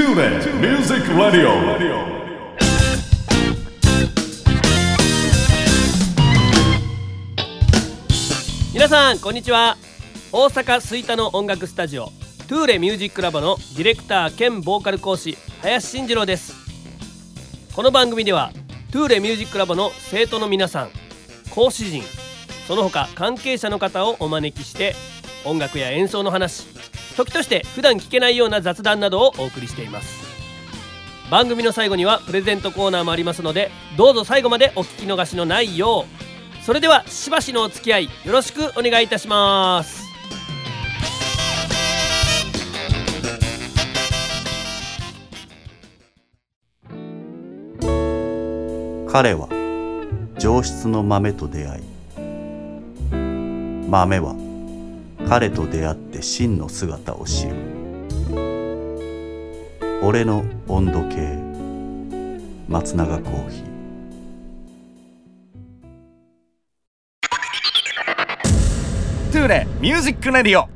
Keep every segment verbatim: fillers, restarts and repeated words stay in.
Tune in Music Radio。 皆さんこんにちは。大阪吹田の音楽スタジオトゥーレミュージックラボのディレクター兼ボーカル講師林慎二郎です。この番組ではトゥーレミュージックラボの生徒の皆さん、講師陣、その他関係者の方をお招きして音楽や演奏の話、時として普段聞けないような雑談などをお送りしています。番組の最後にはプレゼントコーナーもありますので、どうぞ最後までお聞き逃しのないよう。それではしばしのお付き合いよろしくお願いいたします。 彼は上質の豆と出会い、豆は彼と出会って真の姿を知る。俺の温度計、松永コーヒー。 トゥーレミュージックレディオ。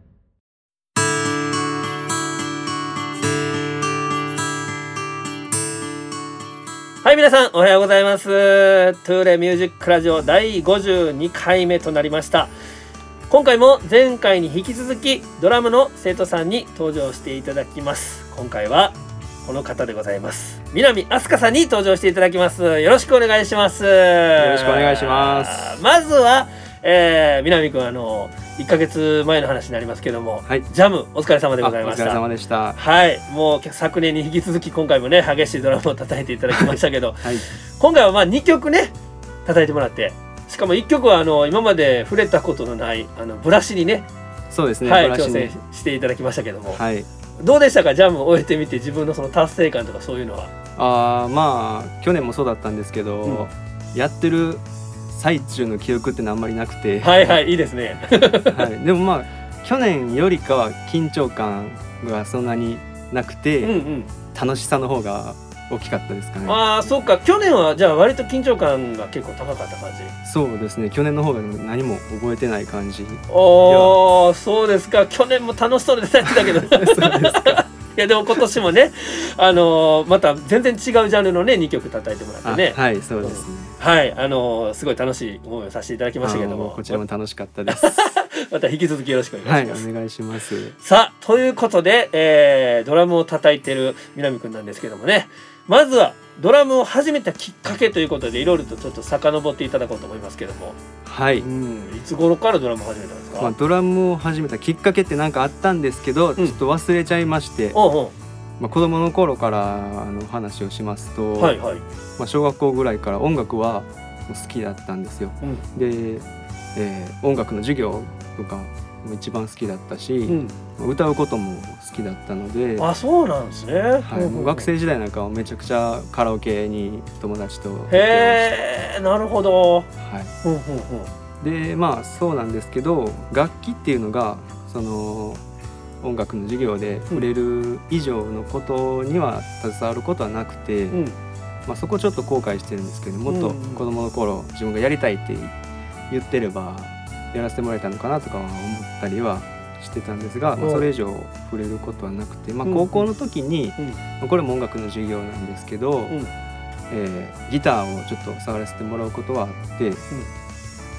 はい、皆さんおはようございます。トゥーレミュージックラジオだいごじゅうにかいめとなりました。今回も前回に引き続きドラムの生徒さんに登場していただきます。今回はこの方でございます。南飛鳥さんに登場していただきます。よろしくお願いします。よろしくお願いします。 まずは、えー、南くん、あのいっかげつまえの話になりますけども、はい、ジャムお疲れ様でございました。 お疲れ様でした。 はい、もう昨年に引き続き今回もね激しいドラムを叩いていただきましたけど、はい、今回はまあにきょくね叩いてもらって、しかもいっきょくはあの今まで触れたことのないあのブラシにね、 そうですね、 はい、 ブラシに挑戦していただきましたけども、 はい、 どうでしたか？ジャムを終えてみて自分のその達成感とかそういうのは。 あまあ去年もそうだったんですけど、うん、やってる最中の記憶ってあんまりなくて、 はいはい、いいですね、 はい、でもまあ去年よりかは緊張感がそんなになくて、うんうん、楽しさの方が大きかったですかね。 ああ、そうか。去年はじゃあ割と緊張感が結構高かった感じ。 そうですね、去年の方が何も覚えてない感じ。 おー、そうですか。去年も楽しそうで出てたけどそうですか。いやでも今年もね、あのー、また全然違うジャンルのねにきょく叩いてもらってね。 はい、そうですね、 うん、はい、あのー、すごい楽しい思いをさせていただきましたけども、 こちらも楽しかったですまた引き続きよろしくお願いします。 はい、お願いします。 さあ、ということで、えー、ドラムを叩いてる南くんなんですけどもね、まずはドラムを始めたきっかけということでいろいろとちょっと遡っていただこうと思いますけども、はい、うん、いつ頃からドラムを始めたんですか？ まあ、ドラムを始めたきっかけって何かあったんですけど、うん、ちょっと忘れちゃいまして、おうおう、まあ、子供の頃からの話をしますと、はいはい、まあ、小学校ぐらいから音楽は好きだったんですよ、うん、で、えー、音楽の授業とかも一番好きだったし、うん、歌うことも好きだったので。 あ、そうなんですね、はい、 もう学生時代なんかはめちゃくちゃカラオケに友達と行ってました。 へー、なるほど、はい、 うんうんうん、でまあそうなんですけど、楽器っていうのがその音楽の授業で触れる以上のことには携わることはなくて、うん、まあ、そこちょっと後悔してるんですけど、もっと子供の頃自分がやりたいって言ってればやらせてもらえたのかなとかは思ったりはしてたんですが、まあ、それ以上触れることはなくて、まあ、高校の時に、うん、これも音楽の授業なんですけど、うん、えー、ギターをちょっと触らせてもらうことはあって、うん、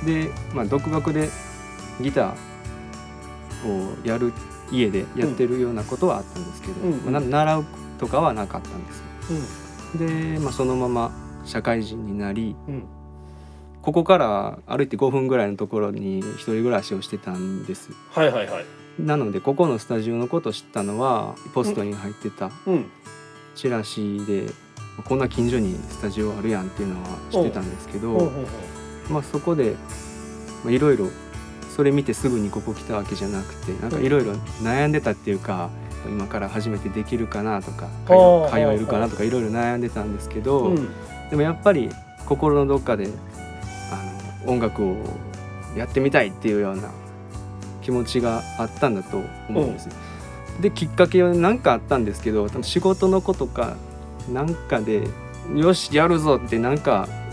で、まあ、独学でギターをやる家でやってるようなことはあったんですけど、うん、まあ、習うとかはなかったんです、うん、で、まあ、そのまま社会人になり、うん、ここから歩いてごふんぐらいのところに一人暮らしをしてたんです。 はいはいはい。 なのでここのスタジオのことを知ったのはポストに入ってたチラシで、うん、こんな近所にスタジオあるやんっていうのは知ってたんですけど、まあ、そこでいろいろそれ見てすぐにここ来たわけじゃなくて、なんかいろいろ悩んでたっていうか、今から初めてできるかなとか通えるかなとかいろいろ悩んでたんですけど、うん、でもやっぱり心のどっかであの音楽をやってみたいっていうような気持ちがあったんだと思うんです、うん、できっかけは何かあったんですけど、多分仕事のことかなんかでよしやるぞってなんか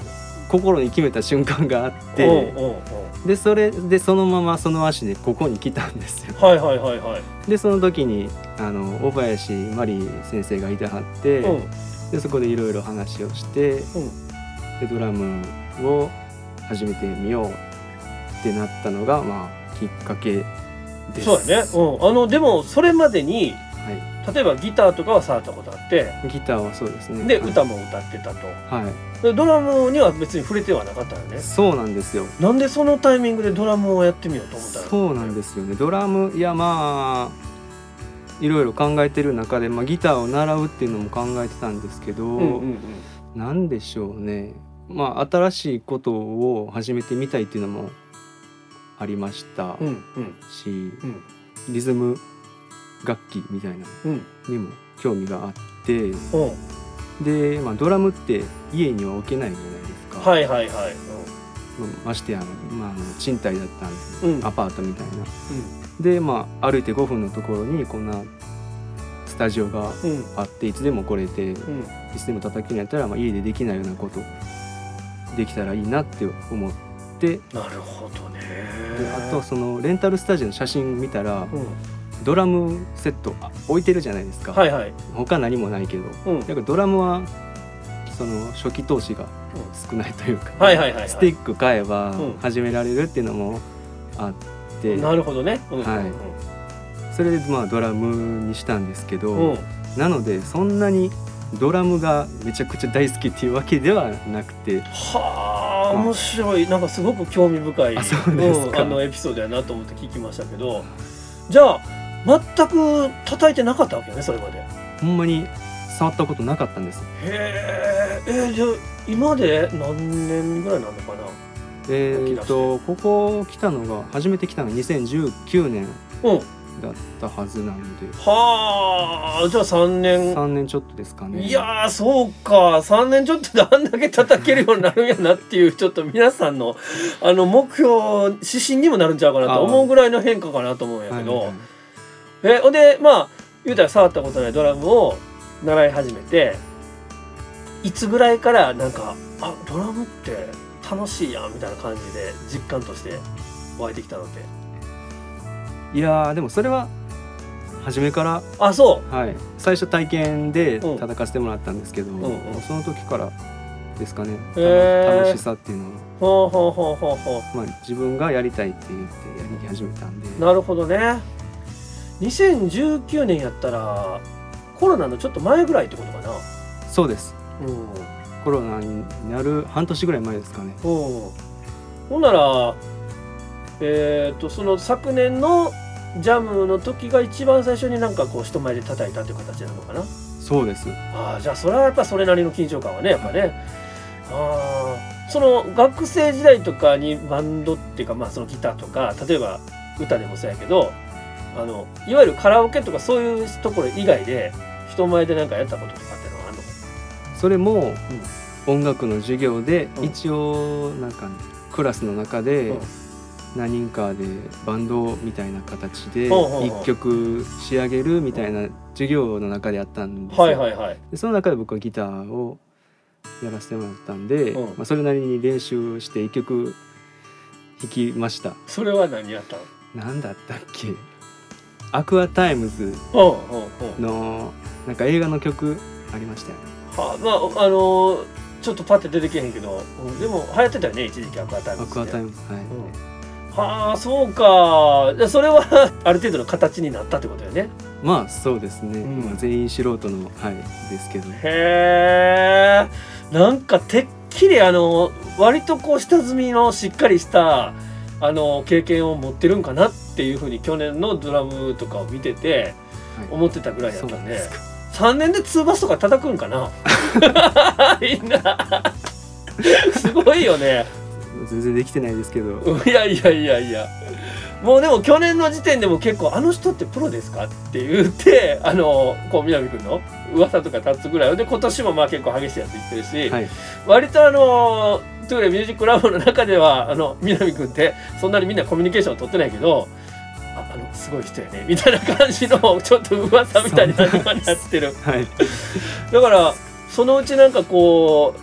心に決めた瞬間があっておうおうおうでそれでそのままその足でここに来たんですよ。 はいはいはいはいでその時にあの大林真理先生がいてはって、 うんでそこでいろいろ話をして、 うんでドラムを始めてみようってなったのが、まあ、きっかけです。 そうだね、うん、あのでもそれまでには例えばギターとかは触ったことあってい、ギターはそうですね。 で、 はい、 歌も歌ってたと。 はいでドラムには別に触れてはなかったよね。 そうなんですよ。 なんでそのタイミングでドラムをやってみようと思ったの？ そうなんですよね。ドラムいやまあいろいろ考えてる中で、まあ、ギターを習うっていうのも考えてたんですけど、 うんうんうん、 なんでしょうね、まあ新しいことを始めてみたいっていうのもありましたうんうんし、 うんリズム楽器みたいなうんにも興味があって、 うんで、まあ、ドラムって家には置けないじゃないですか。 はいはいはい、 ましてや、まあ、あの賃貸だったんで、 うんうんアパートみたいな。で、まあ、歩いてごふんのところにこんなスタジオがうんうんあっていつでも来れて、 うんいつでも叩けるんやったら、まあ、家でできないようなことできたらいいなって思って、 なるほどね。 であとそのレンタルスタジオの写真見たら、 うんドラムセット置いてるじゃないですか。 はいはい他何もないけど、 うんだからドラムはその初期投資が少ないというか、 はいはいはいはいスティック買えばうん始められるっていうのもあって、 なるほどね、うんはいそれでまあドラムにしたんですけど、 うんうん、 なのでそんなにドラムがめちゃくちゃ大好きっていうわけではなくて、 はあ面白い、なんかすごく興味深いあそうですかうん、あのエピソードやなと思って聞きましたけど、じゃあ全く叩いてなかったわけよねそれまで。 ほんまに触ったことなかったんです。 へえ、えー、じゃあ今で何年ぐらいなのかな。 えー、とここ来たのが初めて来たのがにせんじゅうきゅうねんうんだったはずなので、 はあじゃあさんねんさんねんちょっとですかね。 いやーそうかさんねんちょっとであんだけ叩けるようになるんやなっていうちょっと皆さんのあの目標指針にもなるんちゃうかなと思うぐらいの変化かなと思うんやけど、 はいはいはいえほんでまあ言うたら触ったことないドラムを習い始めていつぐらいからなんかあドラムって楽しいやんみたいな感じで実感として湧いてきたのって。 いやーでもそれは初めからあそはい、最初体験でうん叩かせてもらったんですけど、 んうんその時からですかね、 へー楽しさっていうのは、 うほうほうほうほうほうまあ、自分がやりたいって言ってやり始めたんで。 なるほどね。にせんじゅうきゅうねんやったらコロナのちょっと前ぐらいってことかな。 そうです。 うんコロナになる半年ぐらい前ですかね。 うんほんならえー、とその昨年のジャムの時が一番最初になんかこう人前で叩いたっていう形なのかな。 そうです。 ああじゃあそれはやっぱそれなりの緊張感はねやっぱね。ああその学生時代とかにバンドっていうかまあそのギターとか例えば歌でもそうやけどあのいわゆるカラオケとかそういうところ以外で人前でなんかやったこととかっていうのはあるの？ それも音楽の授業でうん一応なんかクラスの中でうん何人かでバンドみたいな形でほうほうほう一曲仕上げるみたいな授業の中でやったんですよ。 はいはいはい。 でその中で僕はギターをやらせてもらったんで、 うんまあ、それなりに練習して一曲弾きました。 それは何やったの？ なんだったっけ、アクアタイムズうんうんうん。 のなんか映画の曲ありましたよね。 はまああのーちょっとパッて出てけへんけど、うんでも流行ってたよね一時期アクアタイムアズって。 クアタイムズ、はい、 うんはあそうか。じゃあそれはある程度の形になったってことよね。 まあそうですね、 うんまあ、全員素人の、はい、ですけど。 へえ。なんかてっきりあの割とこう下積みのしっかりしたあの経験を持ってるんかなっていうふうに去年のドラムとかを見ててはい思ってたぐらいやったんで。 そうですか。 さんねんでツーバスとか叩くんかなみんなすごいよね。 全然できてないですけど、 いやいやいやいやもうでも去年の時点でも結構あの人ってプロですかって言ってあのこう南くんの噂とか立つぐらいで今年もまあ結構激しいやつ言ってるし、 はい、 割とあのトゥーレミュージックラボの中ではあの南くんってそんなにみんなコミュニケーションを取ってないけどああのすごい人やねみたいな感じのちょっと噂みたいなのになってる。 はい、 だからそのうちなんかこう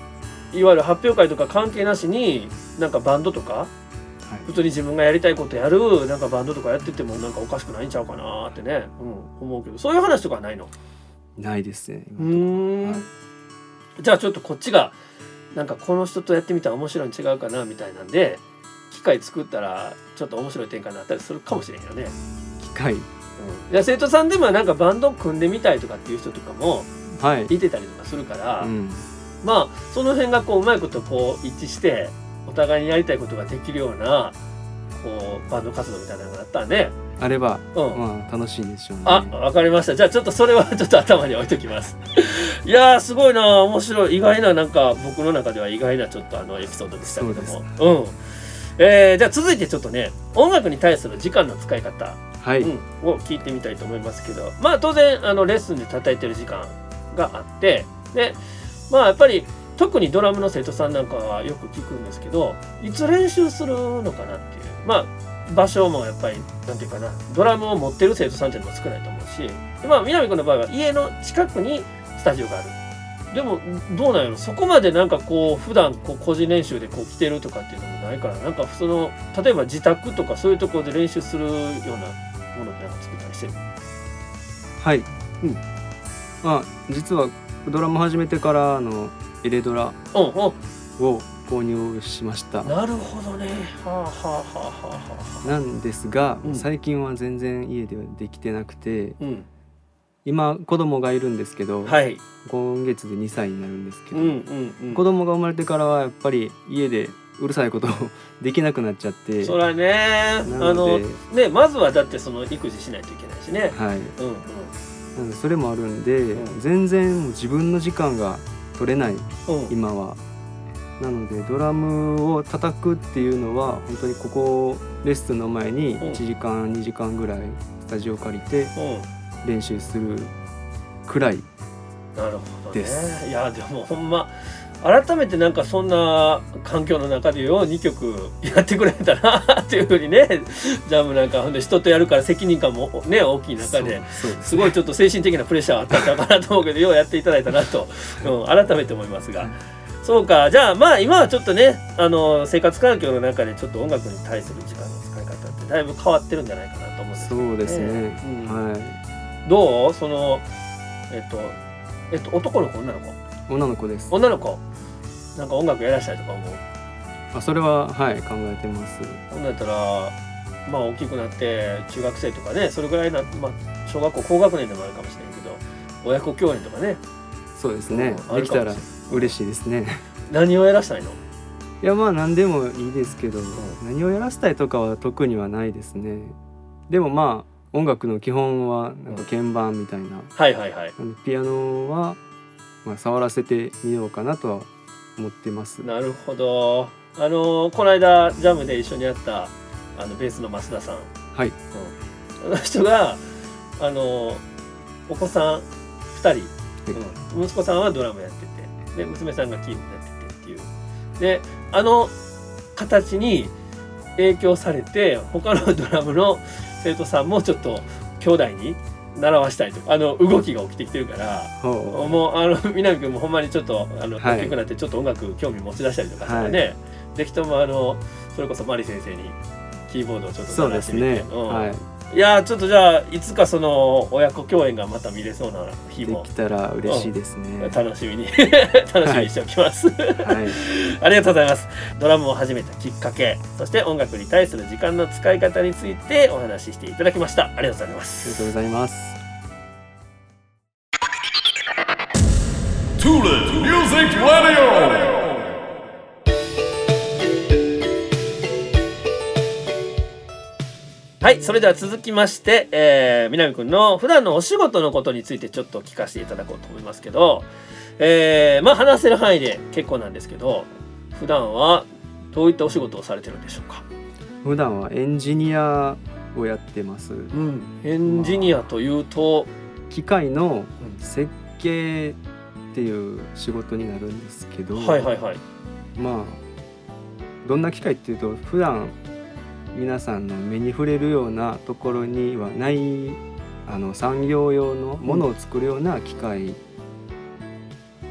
いわゆる発表会とか関係なしになんかバンドとか、はい、普通に自分がやりたいことやるなんかバンドとかやっててもなんかおかしくないんちゃうかなってね、うん、思うけど、そういう話とかはないの？ ないですね。 うーん、はい、じゃあちょっとこっちがなんかこの人とやってみたら面白いに違うかなみたいなんで機械作ったらちょっと面白い展開になったりするかもしれんよね。 機械、うん、 じゃあ生徒さんでもなんかバンド組んでみたいとかっていう人とかもいてたりとかするから、はい、うん、まあその辺がこううまいことこう一致してお互いにやりたいことができるようなこうバンド活動みたいなのがあったらね、 あれば、うん、まあ楽しいでしょうね。 あ、わかりました。じゃあちょっとそれはちょっと頭に置いときますいやーすごいな、面白い、意外な、なんか僕の中では意外なちょっとあのエピソードでしたけども、う、うん、えー、じゃあ続いてちょっとね音楽に対する時間の使い方、はい、うん、を聞いてみたいと思いますけど、まあ当然あのレッスンで叩いてる時間があって、でまあやっぱり特にドラムの生徒さんなんかはよく聞くんですけど、いつ練習するのかなっていう、まあ場所もやっぱりなんていうかな、ドラムを持ってる生徒さんっていうのも少ないと思うし、でまあ南君の場合は家の近くにスタジオがある。でもどうなんやろ、そこまでなんかこう普段こう個人練習でこう来てるとかっていうのもないから、なんかその例えば自宅とかそういうところで練習するようなものってなんか作ったりしてる？ はい、うん、まあ実はドラム始めてからあのエレドラを購入しました。 なるほどね。はあはあはあはあ。 なんですが、うん、最近は全然家ではできてなくて、うん、今子供がいるんですけど、はい、今月でにさいになるんですけど、うんうんうん、子供が生まれてからはやっぱり家でうるさいことをできなくなっちゃって。 そらね、あのね、まずはだってその育児しないといけないしね。はい、うんうん、 なのでそれもあるんで、うん、全然自分の時間が取れない、うん、今は。なのでドラムを叩くっていうのは本当にここレッスンの前にいちじかん、うん、にじかんぐらいスタジオ借りて練習するくらいです。 なるほどね。いやでもほんま改めてなんかそんな環境の中でよにきょくやってくれたなっていうふうにね、ジャムなんかほんで人とやるから責任感もね大きい中ですごいちょっと精神的なプレッシャーあったんちゃうかなと思うけど、ようやっていただいたなと、うん、改めて思いますが。そうか、じゃあまあ今はちょっとね、あの生活環境の中でちょっと音楽に対する時間の使い方ってだいぶ変わってるんじゃないかなと思うんですけど、ね、 そうですね、うん、はい。 どうそのえっとえっと男の子女の子？ 女の子です。 女の子なんか音楽やらしたいとか思う？ あ、それははい考えてます。 ほんだったらまあ大きくなって中学生とかね、それぐらいな、まあ、小学校高学年でもあるかもしれないけど親子共演とかね。 そうですね、できたら嬉しいですね。 何をやらしたいの？ いやまあ何でもいいですけど、うん、何をやらしたいとかは特にはないですね。でもまあ音楽の基本はなんか鍵盤みたいな、うん、はいはいはい、ピアノはまあ触らせてみようかなとは思ってます。 なるほど。あのこの間ジャムで一緒にやったあのベースの増田さん、はい、うん、あの人があのお子さんふたり、うん、息子さんはドラムやってて、で娘さんがキーボードやっててっていうで、あの形に影響されて他のドラムの生徒さんもちょっと兄弟に習わしたいとか、あの動きが起きてきてるから、もうあの南君もほんまにちょっとあの大きくなってちょっと音楽興味持ち出したりとかしたらね、はい、ぜひともあのそれこそマリ先生にキーボードをちょっと習わしてみて。そうですね、うん、はい、いやちょっとじゃあいつかその親子共演がまた見れそうな日もできたら嬉しいですね、 うん、楽しみに楽しみにしておきます、はい、ありがとうございます。ドラムを始めたきっかけ、そして音楽に対する時間の使い方についてお話ししていただきました。ありがとうございます。 ありがとうございます。 トゥーレミュージックラディオ。 はい、それでは続きまして、えー、南くんの普段のお仕事のことについてちょっと聞かせていただこうと思いますけど、えー、まあ話せる範囲で結構なんですけど、普段はどういったお仕事をされてるんでしょうか？ 普段はエンジニアをやってます、うん、 エンジニアというと、 まあ、機械の設計っていう仕事になるんですけど、 はいはいはい、 まあどんな機械っていうと、普段皆さんの目に触れるようなところにはないあの産業用のものを作るような機械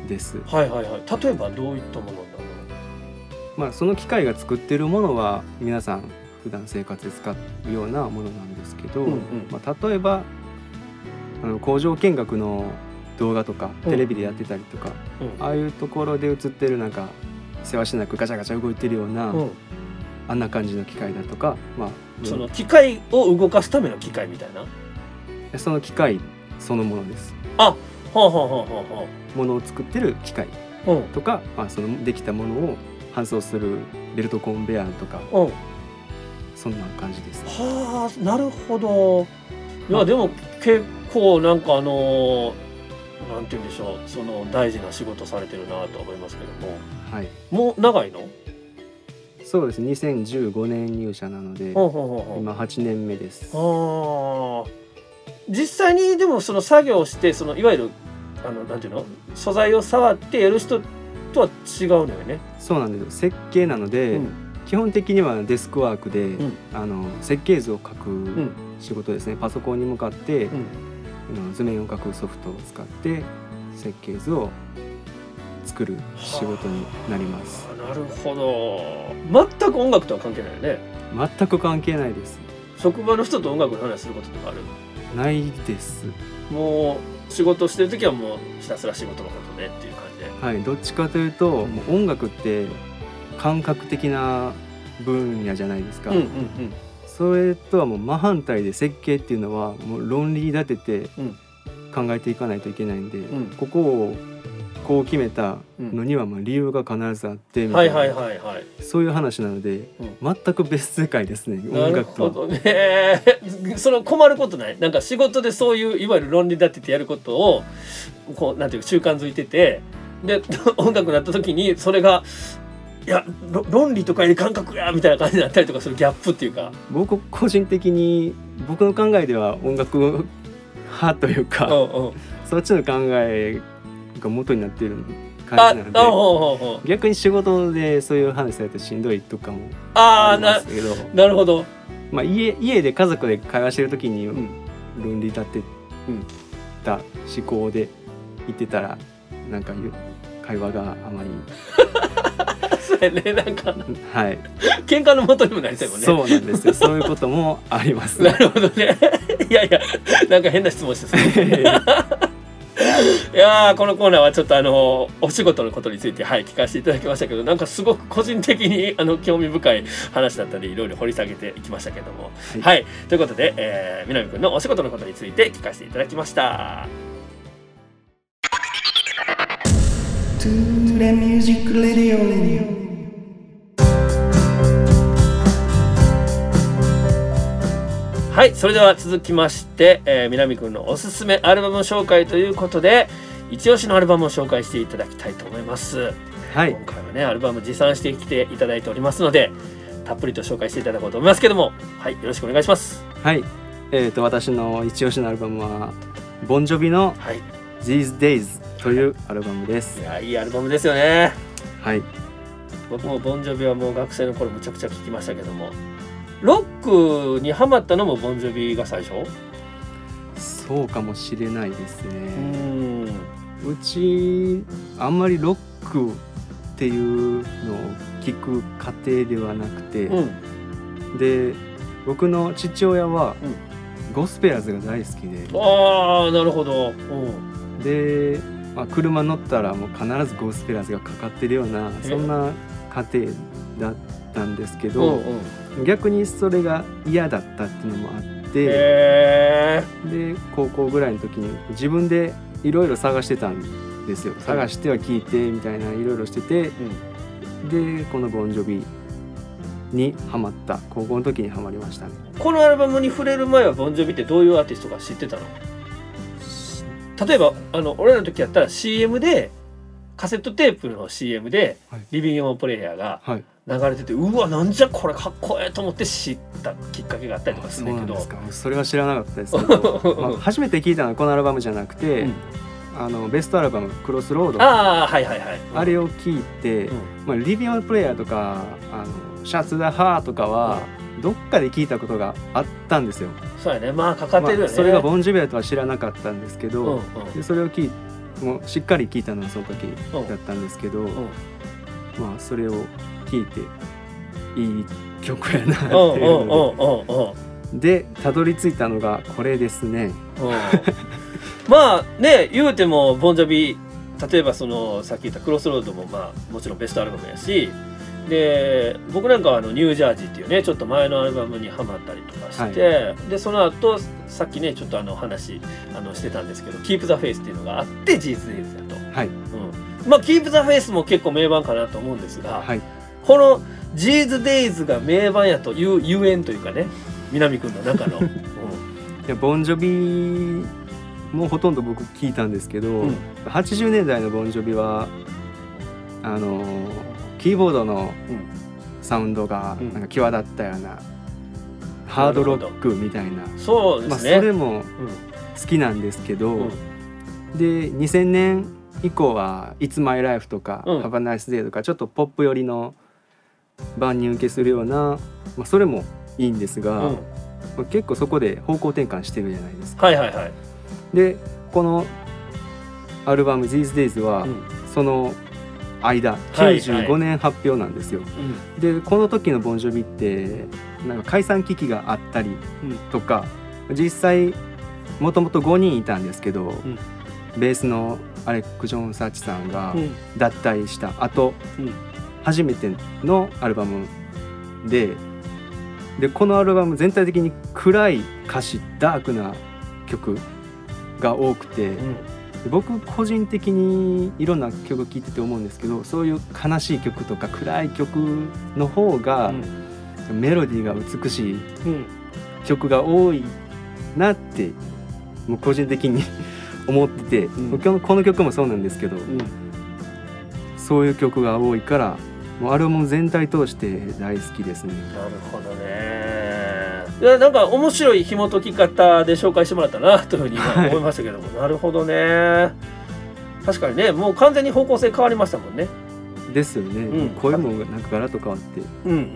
です。 はいはいはい。例えばどういったものだろう。 まあ、その機械が作っているものは皆さん普段生活で使うようなものなんですけど、うんうん、まあ、例えばあの工場見学の動画とかテレビでやってたりとか、うんうん、ああいうところで映ってるなんかせわしなくガチャガチャ動いてるような、うん、あんな感じの機械だとか、まあ、 その機械を動かすための機械みたいな、 その機械そのものです。 あ、ほうほうほうほうほう。ものを作ってる機械とか、まあ、そのできたものを搬送するベルトコンベヤーとか、うん、そんな感じです、ね。 はあ、なるほど。いやでも結構なんかあのなんて言うんでしょう、その大事な仕事されてるなと思いますけども、 はい、 もう長いの？ そうです。にせんじゅうごねん入社なので、ほうほうほうほう、今はちねんめです。 あ、実際にでもその作業してそのいわゆるあのなんていうの素材を触ってやる人とは違うのよね。 そうなんです。設計なので、うん、基本的にはデスクワークで、うん、あの設計図を書く仕事ですね、うん、パソコンに向かって、うん、図面を書くソフトを使って設計図を作る仕事になります。 なるほど。全く音楽とは関係ないよね。 全く関係ないです。 職場の人と音楽の話することとかある？ ないです。 もう仕事してる時はもうひたすら仕事のことねっていう感じで、 はい、どっちかというと、もう音楽って感覚的な分野じゃないですか、うんうんうん、それとはもう真反対で、設計っていうのはもう論理立てて考えていかないといけないんで、うん、ここをこう決めたのにはまあ理由が必ずあってみたいな、はいはいはいはい、そういう話なので、うん、全く別世界ですね、音楽とは。 なるほどね。その困ることない？なんか仕事でそういういわゆる論理立ててやることをこうなんていうか習慣づいてて、で音楽になった時にそれがいや論理とかより感覚やみたいな感じになったりとかするギャップっていうか、 僕個人的に僕の考えでは音楽派というか、うんうん、そっちの考えが元になっている感じなので、ほうほうほう、逆に仕事でそういう話されてしんどいとかもありますけど、 な, なるほど、 まあ、家, 家で家族で会話してる時に論理立てた思考で言ってたらなんか会話があまりそうやね、なんか、 はい、 喧嘩の元にもなりたいもんね。 そうなんですよ。そういうこともあります、 ね、なるほどね。いやいや、なんか変な質問してそういやー、このコーナーはちょっとあのお仕事のことについて、はい、聞かせていただきましたけど、なんかすごく個人的にあの興味深い話だったりいろいろ掘り下げていきましたけども、はい、はい、ということで、えー、南くんのお仕事のことについて聞かせていただきました。トゥーレミュージックレディオ。はい、それでは続きまして、えー、南くんのおすすめアルバム紹介ということで、一押しのアルバムを紹介していただきたいと思います。はい、今回はねアルバム持参してきていただいておりますので、たっぷりと紹介していただこうと思いますけども、はい、よろしくお願いします。 はい、えーと、私の一押しのアルバムはボンジョビの These Days というアルバムです。 いや、いいアルバムですよね。 はい、 僕もボンジョビはもう学生の頃むちゃくちゃ聴きましたけども、ロックにハマったのもボンジョビが最初？ そうかもしれないですね。うん、うちあんまりロックっていうのを聞く家庭ではなくて、うん、で僕の父親はゴスペラーズが大好きで、 うん、ああ、なるほど、うん、 で、まあ、車乗ったらもう必ずゴスペラーズがかかってるようなそんな家庭だったんですけど、うんうん、逆にそれが嫌だったっていうのもあって、で高校ぐらいの時に自分でいろいろ探してたんですよ。探しては聞いてみたいないろいろしてて、うん、でこのボンジョビにハマった、高校の時にハマりましたね。 このアルバムに触れる前はボンジョビってどういうアーティストか知ってたの？例えばあの俺らの時やったら シーエム でカセットテープの シーエム でリビングオンプレイヤーが流れてて、はい、うわなんじゃこれかっこええと思って知ったきっかけがあったりとかするんだけど。 そうなんですか。それは知らなかったですけど、まあ、初めて聞いたのはこのアルバムじゃなくて、うん、あのベストアルバムクロスロード、 あ、はいはいはい、 あれを聞いて、うん、まあ、リビングオンプレイヤーとかあのシャツダハーとかは、うん、どっかで聞いたことがあったんですよ。 そうやね、まあかかってるよね、まあ、 それがボンジョビだとは知らなかったんですけど、うんうん、でそれを聞いもうしっかり聴いたのはその時だったんですけど、 うんうん、 まあそれを聴いていい曲やなっていうので、でたどり着いたのがこれですね。 まあね、言うてもボンジョビ、例えばそのさっき言ったクロスロードもまあもちろんベストアルバムやし、で僕なんかはあのニュージャージーっていうねちょっと前のアルバムにハマったりとかして、はい、でその後さっきねちょっとあの話あのしてたんですけど Keep the Faith っていうのがあってジーズデイズだと、はい、うん、まあ Keep the Faith も結構名盤かなと思うんですが、はい、このジーズデイズが名盤やというゆえんというかね、南くんの中の、うん、いやボンジョビもうほとんど僕聞いたんですけど、うん、はちじゅうねんだいのボンジョビはあのキーボードのサウンドがなんか際立ったような、うん、ハードロックみたいな、 そうですね、 まあ、それも好きなんですけど、うん、でにせんねん以降は It's My Life とか、うん、Have a Nice Day とかちょっとポップ寄りの万人受けするような、まあ、それもいいんですが、うん、まあ、結構そこで方向転換してるじゃないですか。 はいはいはい。 でこのアルバム These Days は、うん、その間きゅうじゅうごねん発表なんですよ、はいはい、でこの時のボンジョビってなんか解散危機があったりとか、うん、実際もともとごにんいたんですけど、うん、ベースのアレック・ジョン・サーチさんが脱退した後、うん、初めてのアルバムで、でこのアルバム全体的に暗い歌詞ダークな曲が多くて、うん、僕個人的にいろんな曲聴いてて思うんですけど、そういう悲しい曲とか暗い曲の方が、うん、メロディーが美しい曲が多いなってもう個人的に思ってて、うん、この曲もそうなんですけど、うん、そういう曲が多いからもうアルバム全体通して大好きですね。 なるほどね。いやなんか面白い紐解き方で紹介してもらったなというふうに今思いましたけども、はい、なるほどね。確かにね、もう完全に方向性変わりましたもんね。 ですよね、うん、声もなんかガラッと変わって、 うんうんうんうん、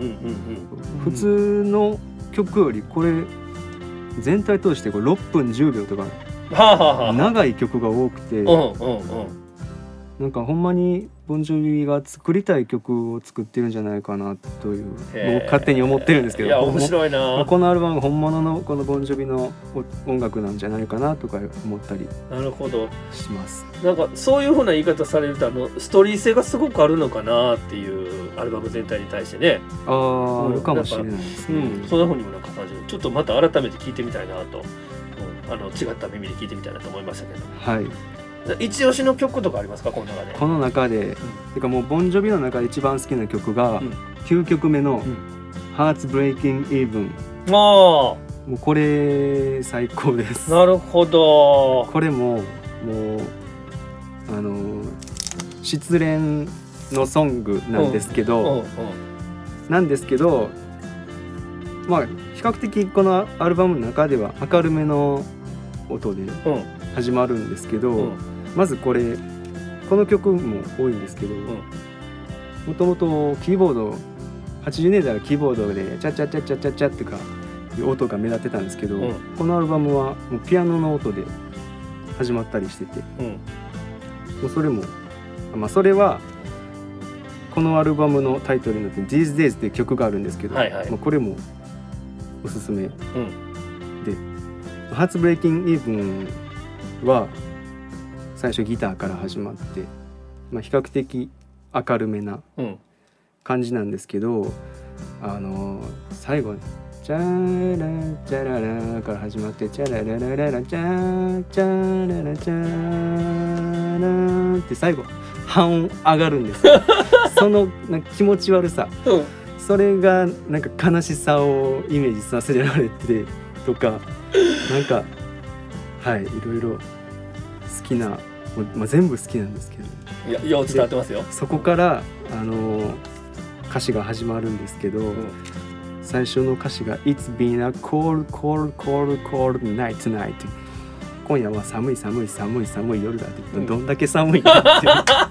普通の曲よりこれ全体通してこれろっぷんじゅうびょうとか長い曲が多くて、うんうんうん、なんかほんまにボンジョビが作りたい曲を作ってるんじゃないかなという僕勝手に思ってるんですけど、 いや面白いな。 このアルバム本物のこのボンジョビの音楽なんじゃないかなとか思ったりなるほどします。 なんかそういう風な言い方されるとあのストーリー性がすごくあるのかなっていうアルバム全体に対してね、 ああ、うん、あるかもしれないですね、 うん、そんな風にもなんか感じる。ちょっとまた改めて聞いてみたいなと、うん、あの違った耳で聞いてみたいなと思いましたけど、 はい。 一押しの曲とかありますかこの中で？ この中で、うん、てかもうボンジョビの中で一番好きな曲が、うん、きゅうきょくめの、うん、Hearts Breaking Even。 ああ、 もうこれ最高です。 なるほど。 これももうあの失恋のソングなんですけど、うんうんうん、なんですけど、まあ比較的このアルバムの中では明るめの音で始まるんですけど、うん、まずこれこの曲も多いんですけど、もともとキーボードはちじゅうねんだいのキーボードでチャチャチャチャチャチャってかいう音が目立ってたんですけど、うん、このアルバムはもうピアノの音で始まったりしてて、うん、もうそれも、まあ、それはこのアルバムのタイトルになって These Days っていう曲があるんですけど、はいはい、まあ、これもおすすめ、うん、でHearts Breaking Evenは最初ギターから始まって、まあ、比較的明るめな感じなんですけど、うん、あの最後にチャラチャララから始まってチャラララララチャチャララチャラって最後半音上がるんですよそのなんか気持ち悪さ、うん、それがなんか悲しさをイメージさせられてとかなんかはいいろいろ好きな、まあ、全部好きなんですけど、 いや、よう伝わってますよ。 そこからあの歌詞が始まるんですけど、うん、最初の歌詞が It's been a cold cold cold cold night tonight。 今夜は寒い寒い寒い寒い夜だって、うん、どんだけ寒いんだって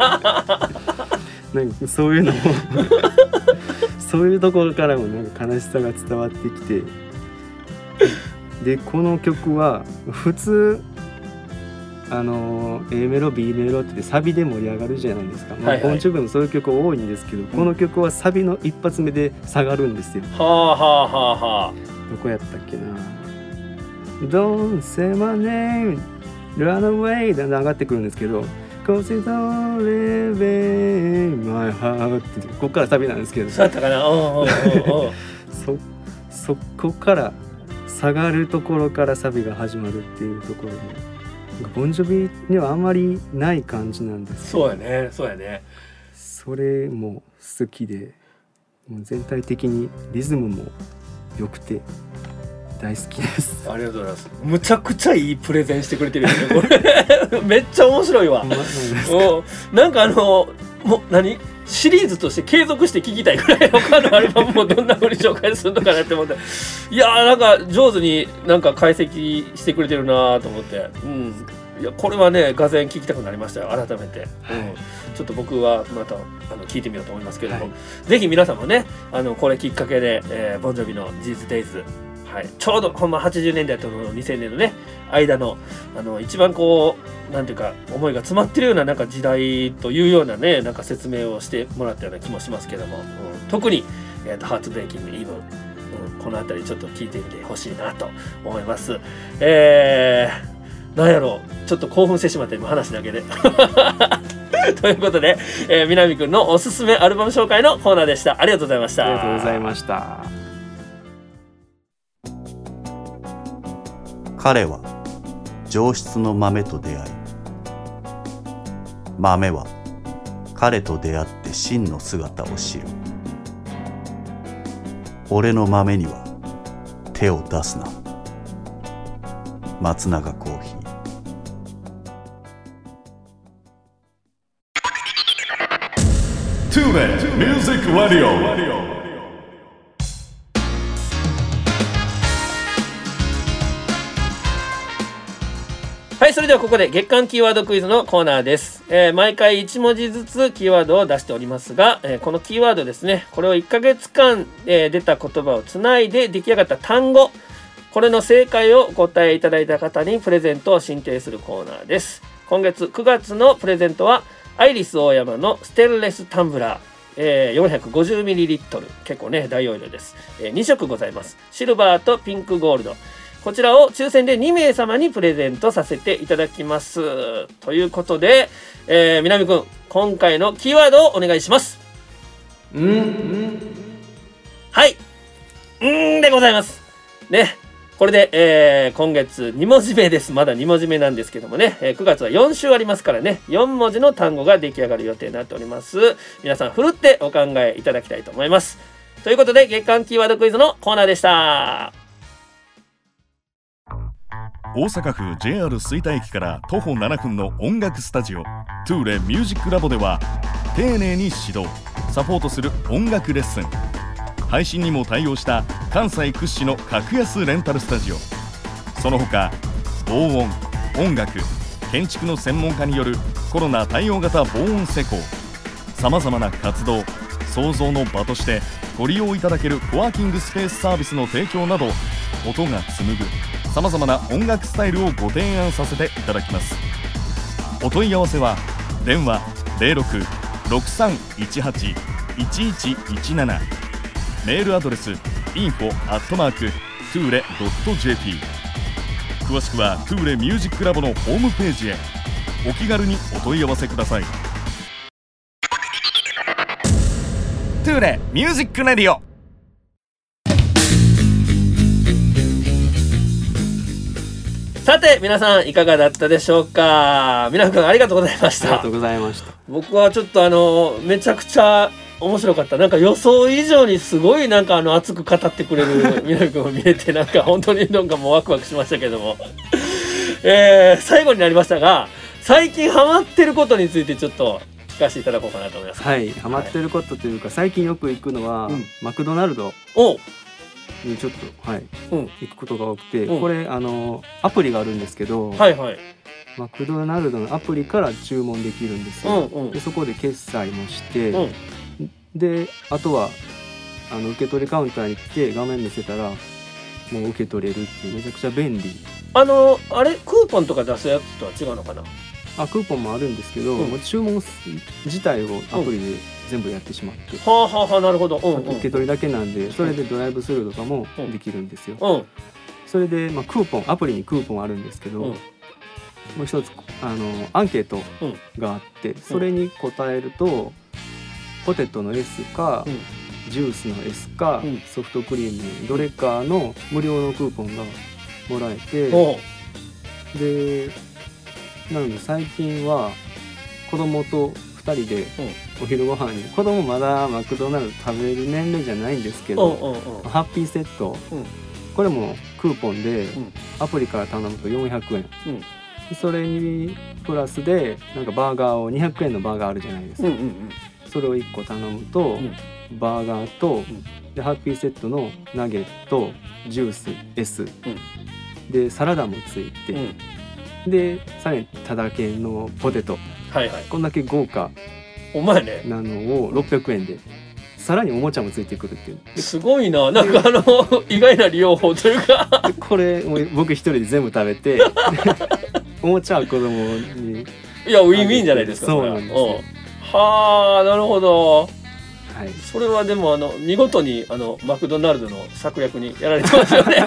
なんかそういうのもそういうところからもなんか悲しさが伝わってきて、でこの曲は普通あの A メロ B メロってサビで盛り上がるじゃないですか、まあ、 はいはい、 ボンジョビもそういう曲多いんですけど、うん、この曲はサビの一発目で下がるんですよ。 はあはあはあはあ。 どこやったっけな Don't say my name Run away で上がってくるんですけど Cause you don't live in my heart ってここからサビなんですけど、 そうやったかな。おうおうおうおうそ, そこから下がるところからサビが始まるっていうところでボンジョビにはあんまりない感じなんです。 そうやねそうやね。 それも好きで、もう全体的にリズムも良くて大好きです。 ありがとうございます。むちゃくちゃいいプレゼンしてくれてるよねこれめっちゃ面白いわ。なんかあのもう何シリーズとして継続して聴きたいぐらい他のアルバムもどんな風に紹介するのかなって思っていやーなんか上手になんか解析してくれてるなと思って、うん、いやこれはねがぜん聴きたくなりましたよ改めて、はい、うん、ちょっと僕はまたあの聞いてみようと思いますけれども、はい、ぜひ皆さんもねあのこれきっかけで、えー、ボンジョビの These Days、はい、ちょうどほんまはちじゅうねんだいとにせんねんのね間のあの一番こうなんていうか思いが詰まってるようななんか時代というようなねなんか説明をしてもらったような気もしますけども、うん、特に、えーと、ハーツブレイキングイーブン、うん、このあたりちょっと聞いてみてほしいなと思います。えー、なんやろうちょっと興奮してしまって今話だけでということで、えー、南くんのおすすめアルバム紹介のコーナーでした。ありがとうございました。 ありがとうございました。 彼は上質の豆と出会い、豆は彼と出会って真の姿を知る。俺の豆には手を出すな。松永コーヒー。 トゥーネットミュージックラディオ。 はい、それではここで月間キーワードクイズのコーナーです、えー、毎回いち文字ずつキーワードを出しておりますが、えー、このキーワードですね、これをいっかげつかん、えー、出た言葉をつないで出来上がった単語、これの正解をお答えいただいた方にプレゼントを進呈するコーナーです。今月くがつのプレゼントはアイリスオーヤマのステンレスタンブラー、えー、よんひゃくごじゅうミリリットル、結構ね大容量です、えー、にしょくございます。シルバーとピンクゴールド、こちらを抽選でにめいさまにプレゼントさせていただきます。ということで、えー、南くん今回のキーワードをお願いします。 うん、うん、 はい、うんでございますね。これで、えー、今月に文字目です。まだに文字目なんですけどもね、えー、くがつはよん週ありますからね、よん文字の単語が出来上がる予定になっております。皆さんふるってお考えいただきたいと思います。ということで月間キーワードクイズのコーナーでした。 大阪府 ジェイアール 吹田駅から徒歩ななふんの音楽スタジオトゥーレミュージックラボでは丁寧に指導サポートする音楽レッスン、配信にも対応した関西屈指の格安レンタルスタジオ、その他防音、音楽、建築の専門家によるコロナ対応型防音施工、さまざまな活動創造の場としてご利用いただけるコワーキングスペースサービスの提供など、音が紡ぐさまざまな音楽スタイルをご提案させていただきます。お問い合わせは電話 ゼロろく ろくさんいちはち いちいちいちなな、 メールアドレス インフォ アットマーク トゥーレ ドット ジェーピー、 詳しくはトゥーレミュージックラボのホームページへお気軽にお問い合わせください。トゥーレミュージックレディオ。 さて皆さんいかがだったでしょうか。皆さんありがとうございました。 ありがとうございました。 僕はちょっとあのめちゃくちゃ面白かった。なんか予想以上にすごいなんかあの熱く語ってくれる南くんを見れて、なんか本当になんかもうワクワクしましたけどもえー、最後になりましたが、最近ハマってることについてちょっと聞かせていただこうかなと思います。 はい、ハマってることというか、はい、最近よく行くのは、うん、マクドナルドにちょっと、はい、うん、行くことが多くて、うん、これあのアプリがあるんですけど、はいはい、マクドナルドのアプリから注文できるんですよ、うんうん、でそこで決済もして、うん、であとはあの受け取りカウンターに行って画面見せたらもう受け取れるっていうめちゃくちゃ便利あのあれクーポンとか出すやつとは違うのかな。 あクーポンもあるんですけど、 うんもう注文自体をアプリで全部やってしまって、 はあはあはあ、なるほど、うんうん、 受け取りだけなんで、それでドライブスルーとかもできるんですよ、 うん、 それで、まあ、クーポンアプリにクーポンあるんですけど、 うん、 もう一つあのアンケートがあって、それに答えるとポテトの S か、うん、ジュースの S か、うん、ソフトクリームどれかの無料のクーポンがもらえて、でなので最近は子供とふたりでお昼ご飯に、子供まだマクドナルド食べる年齢じゃないんですけど、うんうんうん、ハッピーセット、うん、これもクーポンでアプリから頼むとよんひゃくえん、うん、それにプラスでなんかバーガーをにひゃくえんのバーガーあるじゃないですか、うんうんうん、それをいっこ頼むと、うん、バーガーと、うん、でハッピーセットのナゲットジュース S、うん、でサラダもついて、うんでさらにただけのポテト、はいはい、こんだけ豪華なのをろっぴゃくえんで、さらにおもちゃもついてくるっていう。 すごいな、なんかあの意外な利用法というかこれもう僕一人で全部食べておもちゃは子供に、 いやウィンウィンじゃないですか。 そうなんですよ。 はあ、なるほど、はい、それはでもあの見事にあのマクドナルドの策略にやられてますよね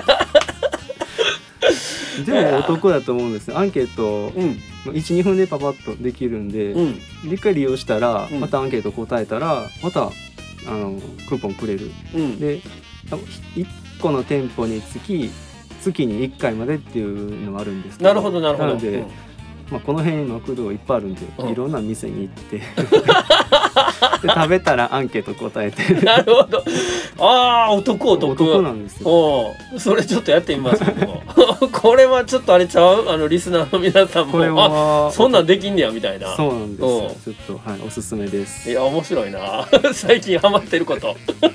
でもお得だと思うんですよ。アンケート、うん、いちにふんでパパッとできるんで、うん、一回利用したら、うん、またアンケート答えたらまたあのクーポンくれる、うん、でいっこの店舗につき月にいっかいまでっていうのがあるんですけど、 なるほどなるほど。 なので、うんまあ、この辺にマクドいっぱいあるんで、うん、いろんな店に行ってで食べたらアンケート答えてなるほど。ああ、お得お得。 お得なんですよ。おそれちょっとやってみますこれはちょっとあれちゃう、あのリスナーの皆さんもこれはあそんなんできんねやみたいな。 そうなんですよ。ちょっと、はい、おすすめです。 いや面白いな最近ハマってること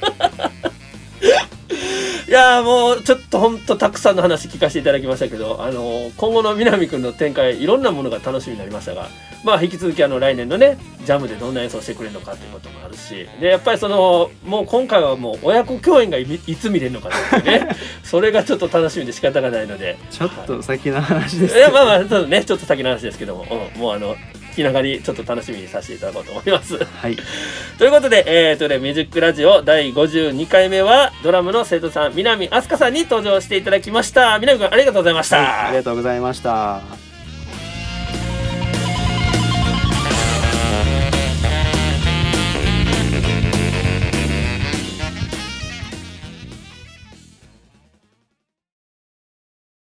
いやもうちょっとほんとたくさんの話聞かせていただきましたけど、あの今後の南くんの展開いろんなものが楽しみになりましたが、まあ引き続きあの来年のねジャムでどんな演奏してくれるのかっていうこともあるし、でやっぱりそのもう今回はもう親子共演が い, いつ見れるのかっていうねそれがちょっと楽しみで仕方がないので、 ちょっと先の話です、 はい、いやまあまあちょっとねちょっと先の話ですけども、うん、もうあの気長にちょっと楽しみにさせていただこうと思います。 はい。 ということで、えー、とねミュージックラジオだいごじゅうにかいめはドラムの生徒さん南飛鳥さんに登場していただきました。南くんありがとうございました。 はい、ありがとうございました。